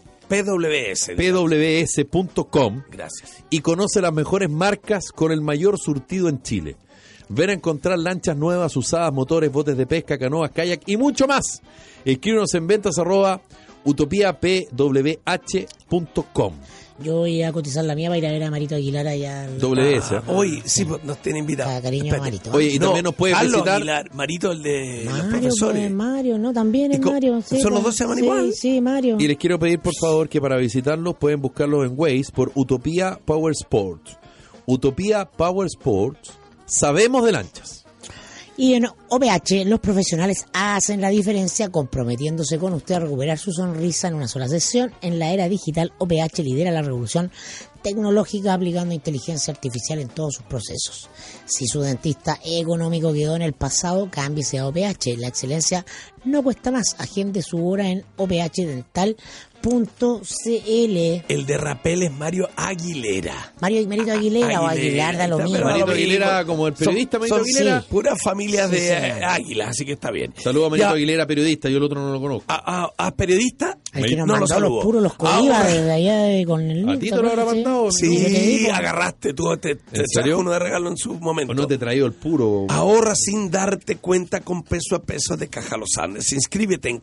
pws.com Gracias. y conoce las mejores marcas con el mayor surtido en Chile. Ven a encontrar lanchas nuevas, usadas, motores, botes de pesca, canoas, kayak y mucho más. Escríbenos en ventas@utopiapwh.com. Yo voy a cotizar la mía para ir a ver a Marito Aguilar allá. WS. Hoy sí nos tiene invitado. A cariño, Espérate. Marito. Oye, y también nos puede Carlos visitar. Aguilar, Marito, el de los Mario, profesores. pues, Mario, no, también es ¿Y co- Mario. Sí, son los pues, dos se llaman sí, igual? Sí, Mario. Y les quiero pedir por favor que para visitarlos pueden buscarlos en Waze por Utopía Power Sport. Utopía Power Sport. Sabemos de lanchas. Y en OVH, los profesionales hacen la diferencia comprometiéndose con usted a recuperar su sonrisa en una sola sesión. En la era digital, OVH lidera la revolución tecnológica aplicando inteligencia artificial en todos sus procesos. Si su dentista económico quedó en el pasado, cámbiese a OVH. La excelencia no cuesta más. Agende su hora en ovhdental.cl. El de Rapel es Mario Aguilera. Mario Marito Aguilera o Aguilar da lo está, mismo. pero Marito lo Aguilera, mismo. como el periodista Marito son Aguilera. sí, puras familias Sí, de señor. águilas, así que está bien. Saludos a Marito Ya, Aguilera, periodista. Yo el otro no lo conozco. ¿A periodista? Al que nos No lo mandó saludo. los puros, los colivas Ahora, desde allá con el ¿A ti te lo habrá mandado? Sí, yo te Sí, digo. agarraste, tú te serio? echaste uno de regalo en su momento. ¿O no te he traído el puro? Ahorra sin darte cuenta con Peso a Peso de Caja Los Andes. Inscríbete en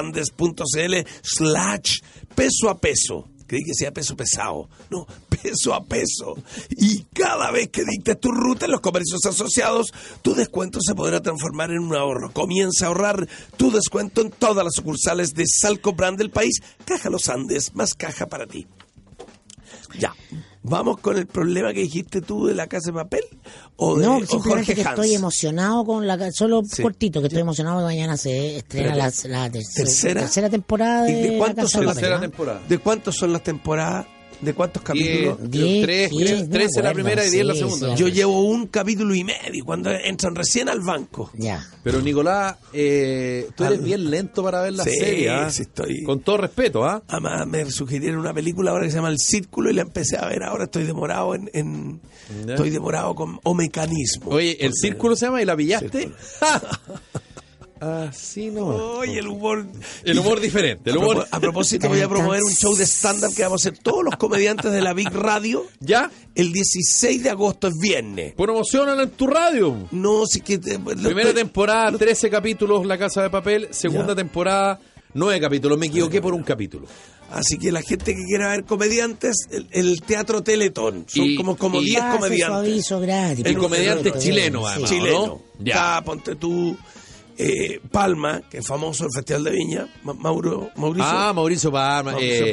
cajalosandes.cl/peso a peso. Creí que sea peso pesado. No, peso a peso. Y cada vez que dictes tu ruta en los comercios asociados, tu descuento se podrá transformar en un ahorro. Comienza a ahorrar tu descuento en todas las sucursales de Salco Brand del país. Caja Los Andes, más caja para ti. Ya. ¿Vamos con el problema que dijiste tú de La Casa de Papel? ¿O de No, o simplemente Jorge que Hans? estoy emocionado con solo Sí. cortito, que estoy emocionado que mañana se estrena la ¿Tercera? tercera temporada ¿Y de de La cuántos Casa son de las Papel, Tercera ¿no? temporada. ¿De cuántos son las temporadas? ¿De cuántos capítulos? 13 la primera y 10 la segunda. Yo llevo un capítulo y medio cuando entran recién al banco. Ya. Pero Nicolás, tú eres bien lento para ver la serie, ¿ah? Sí, estoy... Con todo respeto, ¿ah? Además me sugirieron una película ahora que se llama El Círculo y la empecé a ver. Ahora estoy demorado estoy demorado con O Mecanismo. Oye, ¿El Círculo se llama y la pillaste? Así no. Oye, el humor diferente. A propósito, voy a promover un show de stand-up que vamos a hacer todos los comediantes de la Big Radio. ¿Ya? El 16 de agosto, es viernes. Promocionalo en tu radio. No, sí que... Primera temporada, 13 capítulos, La Casa de Papel. Segunda temporada, 9 capítulos. Me equivoqué por un capítulo. Así que la gente que quiera ver comediantes, el Teatro Teletón. Son como 10 comediantes. Aviso gratis, el comediante es chileno, además, chileno. ¿no? Ya. Ponte tú... Palma, que es famoso el Festival de Viña, Mauricio Palma. Mauricio Palma.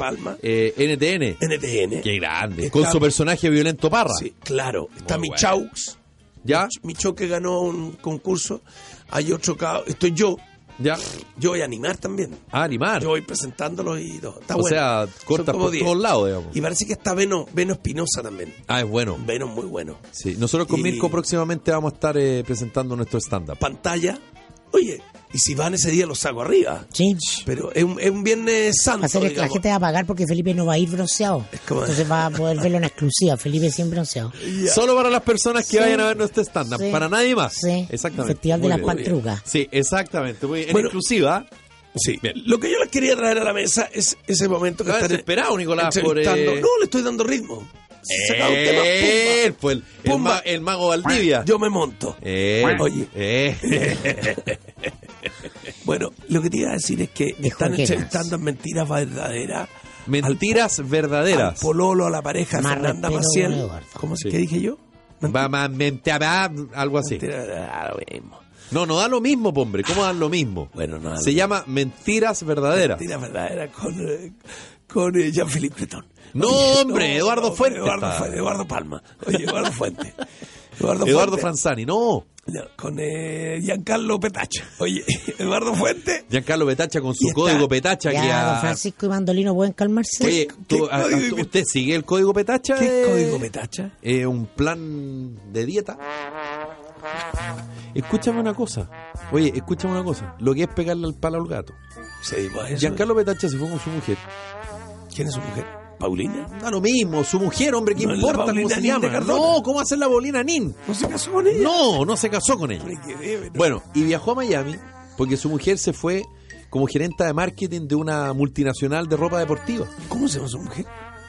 NTN. Qué grande. Con su personaje Violento Parra. Sí, claro. Está Muy Michaux. ¿Ya? Michaux, que ganó un concurso. Hay otro, estoy yo. ¿Ya? Yo voy a animar también. Animar. Yo voy presentándolo y todo. Está bueno. O sea, corta por 10. todos lados, digamos. Y parece que está Beno Espinosa también. Ah, es bueno. Beno muy bueno. Sí, nosotros con Mirko próximamente vamos a estar presentando nuestro stand-up. Pantalla. Oye, y si van ese día los saco arriba. Sí. Pero es un viernes santo. La gente va a pagar porque Felipe no va a ir bronceado. Entonces va a poder verlo en exclusiva. Felipe siempre bronceado. Solo para las personas que vayan a ver nuestro stand-up. Sí. Para nadie más. Sí. Exactamente. Festival de las Pantrucas. Sí, exactamente. Muy en exclusiva. Sí. Bien. Lo que yo les quería traer a la mesa es ese momento que están esperado, Nicolás. No, le estoy dando ritmo. El mago Valdivia. Yo me monto. Oye. Bueno, lo que te iba a decir es que están entrevistando Mentiras Verdaderas. Mentiras Verdaderas. Al pololo, a la pareja Fernanda Maciel. ¿Cómo se que dije yo? Algo así. Lo mismo. No da lo mismo, hombre. ¿Cómo dan lo mismo? Bueno, no. Se llama Mentiras Verdaderas. Mentiras Verdaderas con Jean-Philippe Breton. No, hombre, Eduardo Fuentes. Eduardo Palma. Oye, Eduardo Fuentes. Eduardo Franzani, no. Con Giancarlo Petacha. Oye, Eduardo Fuentes. Giancarlo Petacha con su código Petacha. Ya, don Francisco y Mandolino pueden calmarse. Oye, ¿usted sigue el código Petacha? ¿Qué código Petacha? Un plan de dieta. Escúchame una cosa. Lo que es pegarle al palo al gato. Giancarlo Petacha se fue con su mujer. ¿Quién es su mujer? ¿Paulina? Da lo mismo, su mujer, hombre, ¿qué importa cómo se llama? No, ¿cómo hacer la Paulina Nin? ¿No se casó con ella? No se casó con ella. Bueno, y viajó a Miami porque su mujer se fue como gerenta de marketing de una multinacional de ropa deportiva. ¿Cómo se llama su mujer?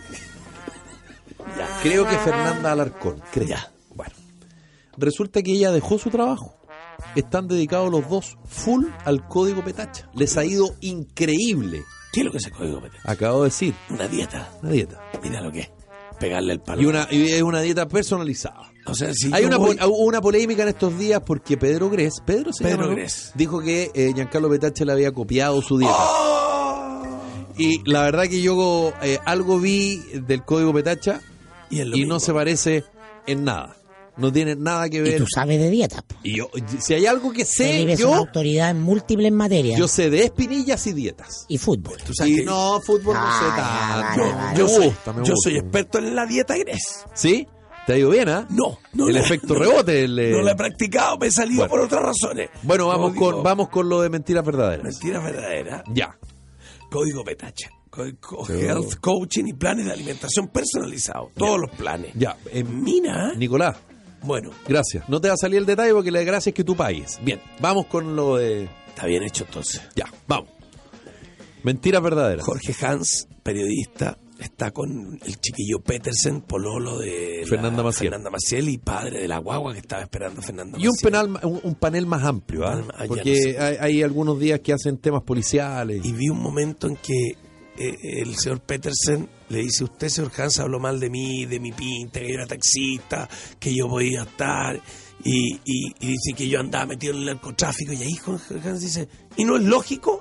Creo que Fernanda Alarcón. Ya. Bueno, resulta que ella dejó su trabajo. Están dedicados los dos full al código Petacha. Les ha ido increíble. ¿Qué es lo que es el código Petacha? Acabo de decir. Una dieta. Mira lo que es. Pegarle el palo. Y es una dieta personalizada. O sea, si hay una polémica en estos días porque Pedro Gress dijo que Giancarlo Petacha le había copiado su dieta. ¡Oh! Y la verdad que yo algo vi del código Petacha y no se parece en nada. No tiene nada que ver. Y tú sabes de dieta. Y yo, si hay algo que sé, es una autoridad en múltiples materias. Yo sé de espinillas y dietas. Y fútbol. ¿Tú sabes que no, fútbol no sé tanto. Yo soy experto en la dieta Gress. ¿Sí? ¿Te ha ido bien, ah? No. El efecto rebote. No lo he practicado, me he salido por otras razones. Bueno, vamos con lo de Mentiras Verdaderas. Mentiras Verdaderas. Ya. Código Petacha. Health Coaching y planes de alimentación personalizados. Todos los planes. Ya. Mina. Nicolás. Bueno. Gracias. No te va a salir el detalle porque la gracia es que tú pagues. Bien. Vamos con lo de... Está bien hecho entonces. Ya. Vamos. Mentiras Verdaderas. Jorge Hans, periodista, está con el chiquillo Petersen, pololo de Fernanda Maciel y padre de la guagua que estaba esperando a Fernanda Maciel. Y un panel más amplio, porque hay algunos días que hacen temas policiales. Y vi un momento en que el señor Petersen le dice: usted, señor Hans, habló mal de mí, de mi pinta, que yo era taxista, que yo podía estar, y dice que yo andaba metido en el narcotráfico. Y ahí Jorge Hans dice: ¿y no es lógico?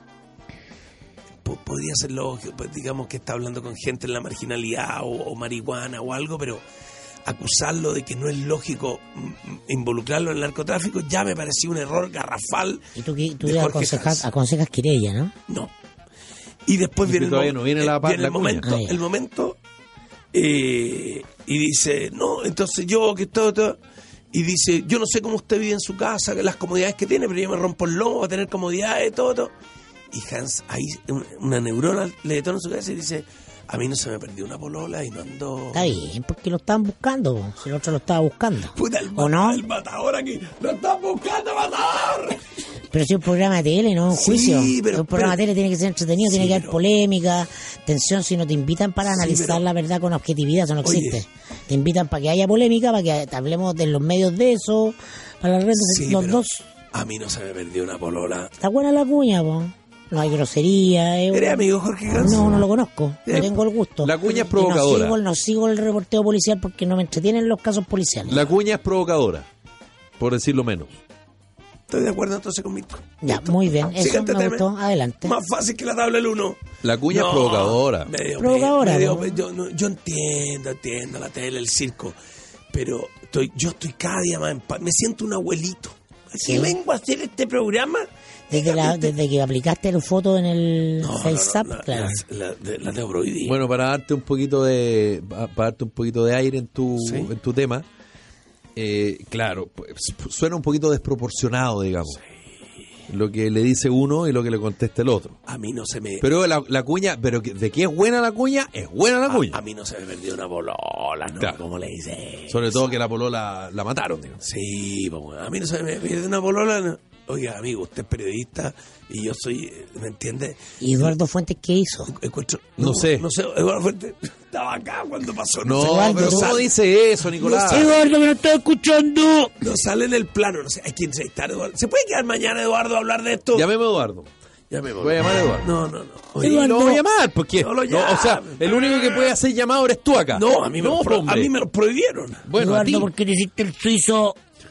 Podría ser lógico, pues, digamos que está hablando con gente en la marginalidad o marihuana o algo, pero acusarlo de que no es lógico involucrarlo en el narcotráfico ya me pareció un error garrafal. Y tú aconsejas querella, ¿no? No. Y después viene el momento Y dice, no, entonces yo que todo. Y dice, yo no sé cómo usted vive en su casa, las comodidades que tiene, pero yo me rompo el lomo a tener comodidades, todo. Y Hans, ahí una neurona le detona en su cabeza y dice, a mí no se me perdió una polola y no ando... Está bien, porque lo estaban buscando, po. Si el otro lo estaba buscando. Puta, ¿O no? el matador aquí, lo están buscando, matador. Pero si es un programa de tele, no un juicio. Pero, un programa de tele tiene que ser entretenido, tiene que haber pero... polémica, tensión. Si no te invitan para analizar la verdad con objetividad, eso no existe. Te invitan para que haya polémica, para que hablemos de los medios de eso, para las redes, los dos. A mí no se me perdió una polola. Está buena la cuña, po. No hay grosería. ¿Eres amigo Jorge Gans? No lo conozco. No tengo el gusto. La cuña es provocadora. No sigo el reporteo policial porque no me entretienen los casos policiales. La cuña es provocadora, por decirlo menos. Estoy de acuerdo entonces con Mirko. Ya, Listo. muy bien. Eso Siguiente me tema. gustó. Adelante. Más fácil que la tabla del 1. La cuña es provocadora. Provocadora, ¿no? Yo entiendo la tele, el circo. Pero yo estoy cada día más en paz. Me siento un abuelito. Si vengo a hacer este programa... Desde que aplicaste la foto en el FaceApp, claro. La tengo prohibida. Bueno, para darte un poquito de aire en tu tema, claro, pues, suena un poquito desproporcionado, digamos. Lo que le dice uno y lo que le contesta el otro. A mí no se me... Pero la cuña, pero ¿de qué es buena la cuña? Es buena la cuña. A mí no se me perdió una polola, ¿no? Claro. ¿Cómo le dice? Sobre todo que la polola la mataron, digamos. Sí, pues, a mí no se me perdió una polola, no. Oiga, amigo, usted es periodista y yo soy, ¿me entiende? ¿Y Eduardo Fuentes qué hizo? No sé. No sé, Eduardo Fuentes estaba acá cuando pasó. No, Eduardo, pero ¿cómo dice eso, Nicolás? Eduardo, que no estoy escuchando. No sale en el plano, no sé, hay que entrevistar a Eduardo. ¿Se puede quedar mañana, Eduardo, a hablar de esto? Llámeme a Eduardo. Voy a llamar a Eduardo. No. Oye, lo voy a llamar, porque No lo o sea, el único que puede hacer llamado eres tú acá. No, a mí me lo prohibieron. Bueno, Eduardo, ¿por qué no hiciste el suizo?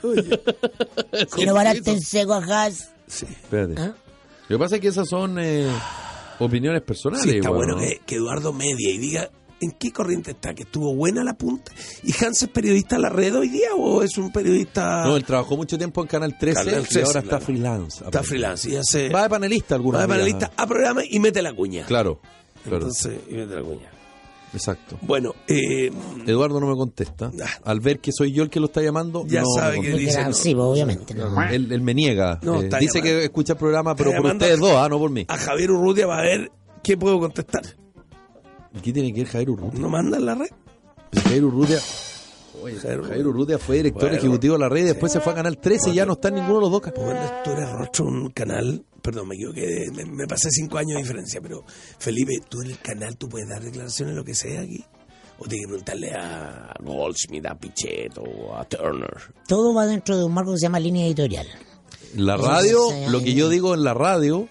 Si no paraste en seco a Haas. Sí. Espérate. ¿Ah? Lo que pasa es que esas son opiniones personales. Sí, está igual, bueno ¿no? que Eduardo medie y diga en qué corriente está, que estuvo buena la punta. ¿Y Hans es periodista en la red hoy día o es un periodista...? No, él trabajó mucho tiempo en Canal 13, Canal 13, y ahora está claro. freelance. Está freelance y hace... Va de panelista alguna Va de vez. panelista a programa y mete la cuña. Claro. Entonces, y mete la cuña. Exacto. Bueno, Eduardo no me contesta. Al ver que soy yo el que lo está llamando, ya no sabe me que contesta. dice... Sí, obviamente. No. Él me niega. No, está dice llamando. que escucha el programa, pero Está por llamando ustedes dos, no por mí. A Javier Urrutia va a ver qué puedo contestar. ¿Qué tiene que ver Javier Urrutia? ¿No manda en la red? Pues Javier Urrutia... Oye, Javier Urrutia fue director ejecutivo de la red y después se fue a Canal 13 y ya no está en ninguno de los dos. Bueno, tú eres rostro un canal, perdón, me equivoqué, me pasé 5 años de diferencia, pero Felipe, tú en el canal, tú puedes dar declaraciones, lo que sea aquí, o tienes que preguntarle a Goldschmidt, a Pichetto, a Turner. Todo va dentro de un marco que se llama línea editorial. La radio, lo que yo digo en la radio,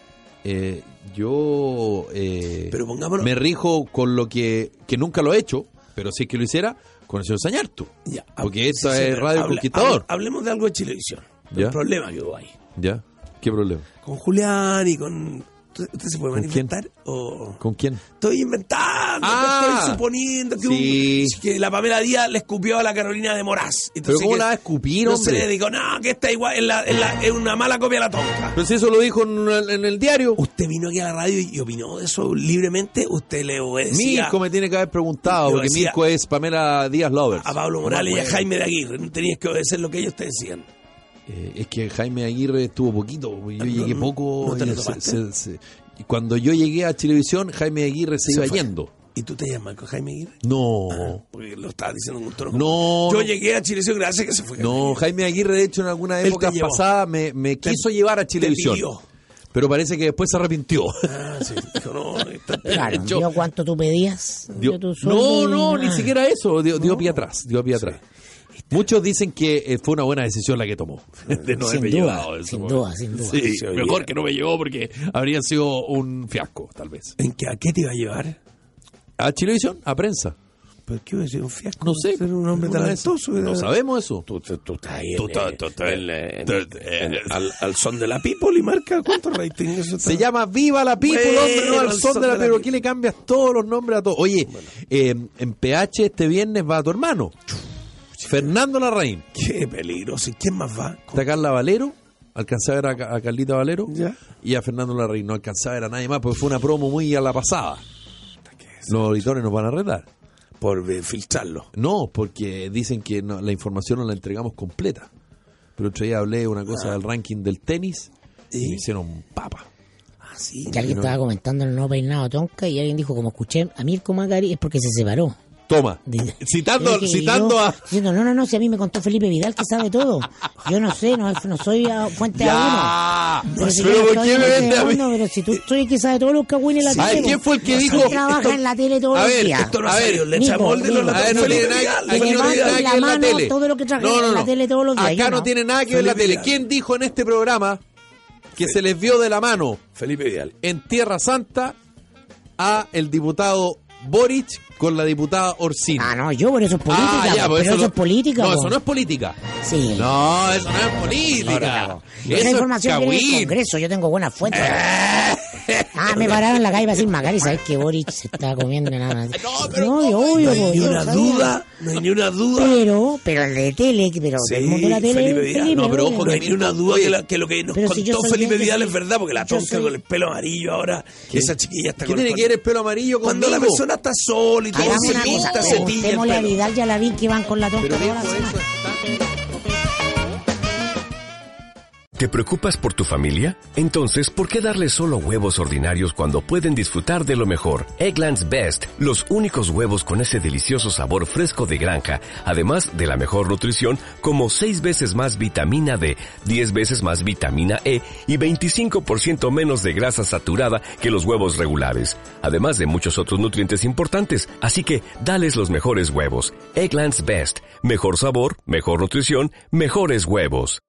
yo pero pongámonos, me rijo con lo que nunca lo he hecho, pero si es que lo hiciera, con el señor Sañartu. ya, Porque esta sí, es pero Radio Conquistador. Hablemos de algo de Chilevisión, Ya. el problema que hubo ahí. ¿Ya? ¿Qué problema? Con Julián y con... ¿Usted se puede ¿Con manifestar? O... ¿Con quién? Estoy inventando, estoy suponiendo que, sí. que la Pamela Díaz le escupió a la Carolina de Moraz. Entonces, ¿Pero cómo que la va a escupir, no se hombre? le dijo, no, que esta igual es una mala copia de la tonka. Pero si eso lo dijo en el diario. Usted vino aquí a la radio y opinó de eso libremente. Usted le obedecía Mirko me tiene que haber preguntado, Le porque decía Mirko es Pamela Díaz Lovers. a Pablo Morales y a Jaime de Aguirre. No tenías que obedecer lo que ellos te decían. Es que Jaime Aguirre estuvo poquito, yo llegué poco. ¿No te lo y tomaste? y cuando yo llegué a Chilevisión, Jaime Aguirre se iba fue. yendo. ¿Y tú te llamas con Jaime Aguirre? No, Porque lo estabas diciendo en un tono. no. Yo llegué a Chilevisión gracias a que se fue. No, Jaime Aguirre, de hecho, en alguna Él te época llevó. pasada me quiso llevar a Chilevisión. pidió. Pero parece que después se arrepintió. Ah, sí. Dijo, no, está... Claro, Yo- ¿dio cuánto tú pedías? Dio- de tu sueldo? no, ni Ah. siquiera eso. Dio pie atrás. Dio pie atrás. Muchos dicen que fue una buena decisión la que tomó. De no Sin haberme duda, llevado eso, sin porque- duda, sin duda. Sí, Sí, mejor oye. que no me llevó porque habría sido un fiasco, tal vez. ¿A qué te iba a llevar? ¿A Chilevisión? ¿A prensa? ¿Pero qué iba a decir? ¿Un fiasco? No sé. Ser un hombre Alguna vez. talentoso. No sabemos eso. Tú estás ahí Tú estás- al son de la people y marca cuánto rating eso está. Se llama Viva la People, Bueno, hombre, no al el son de la People. Pero. ¿Qué le cambias todos los nombres a todos? Oye, en PH este viernes va tu hermano, Fernando Larraín. Qué peligroso. ¿Y quién más va? Está Carla Valero, alcancé a ver a Carlita Valero, Ya. y a Fernando Larraín. No alcancé a ver a nadie más porque fue una promo muy a la pasada. Los auditores nos van a arreglar. por filtrarlo. No, porque dicen que la información no la entregamos completa. Pero otro día hablé una cosa del ranking del tenis y me hicieron papa. Sí, que alguien estaba comentando en el nuevo peinado Tonka y alguien dijo, como escuché a Mirko Macari, es porque se separó. Toma, citando a... Diciendo, no, si a mí me contó Felipe Vidal que sabe todo. Yo no sé, no soy fuente a uno. Pero ¿por qué me vende a mí? Pero si tú soy el que sabe todos los cagüines en la tele. ¿Quién fue el que dijo? Trabaja en la tele todos los días. Esto no es le echamos de no tiene nada que ver en la tele. Todo lo que trabaja en la tele todos los días. Acá no tiene nada que ver en la tele. ¿Quién dijo en este programa que se les vio de la mano Felipe Vidal en Tierra Santa a el diputado Boric con la diputada Orsini? No, yo por eso es política. Pero eso es política. No, eso no es política. Sí. No, eso no es política. Esa información viene del Congreso, yo tengo buenas fuentes. Me pararon en la calle para decir, Macari, ¿sabes que Boric se está comiendo nada más? No, obvio, no hay ni una duda. Pero el de tele, el mundo de la tele. Felipe Vidal. No, pero ojo, no hay ni una duda que lo que nos pero contó Felipe Vidal es verdad, porque la Tonka con el pelo amarillo ahora, esa chiquilla está ¿Qué tiene que ver el pelo amarillo conmigo? Cuando la persona está sola y todo se pinta, se tiñe. Démosle a Vidal y a Lavín que van con la Tonka. ¿Te preocupas por tu familia? Entonces, ¿por qué darles solo huevos ordinarios cuando pueden disfrutar de lo mejor? Eggland's Best, los únicos huevos con ese delicioso sabor fresco de granja, además de la mejor nutrición, como 6 veces más vitamina D, 10 veces más vitamina E y 25% menos de grasa saturada que los huevos regulares, además de muchos otros nutrientes importantes. Así que, dales los mejores huevos. Eggland's Best, mejor sabor, mejor nutrición, mejores huevos.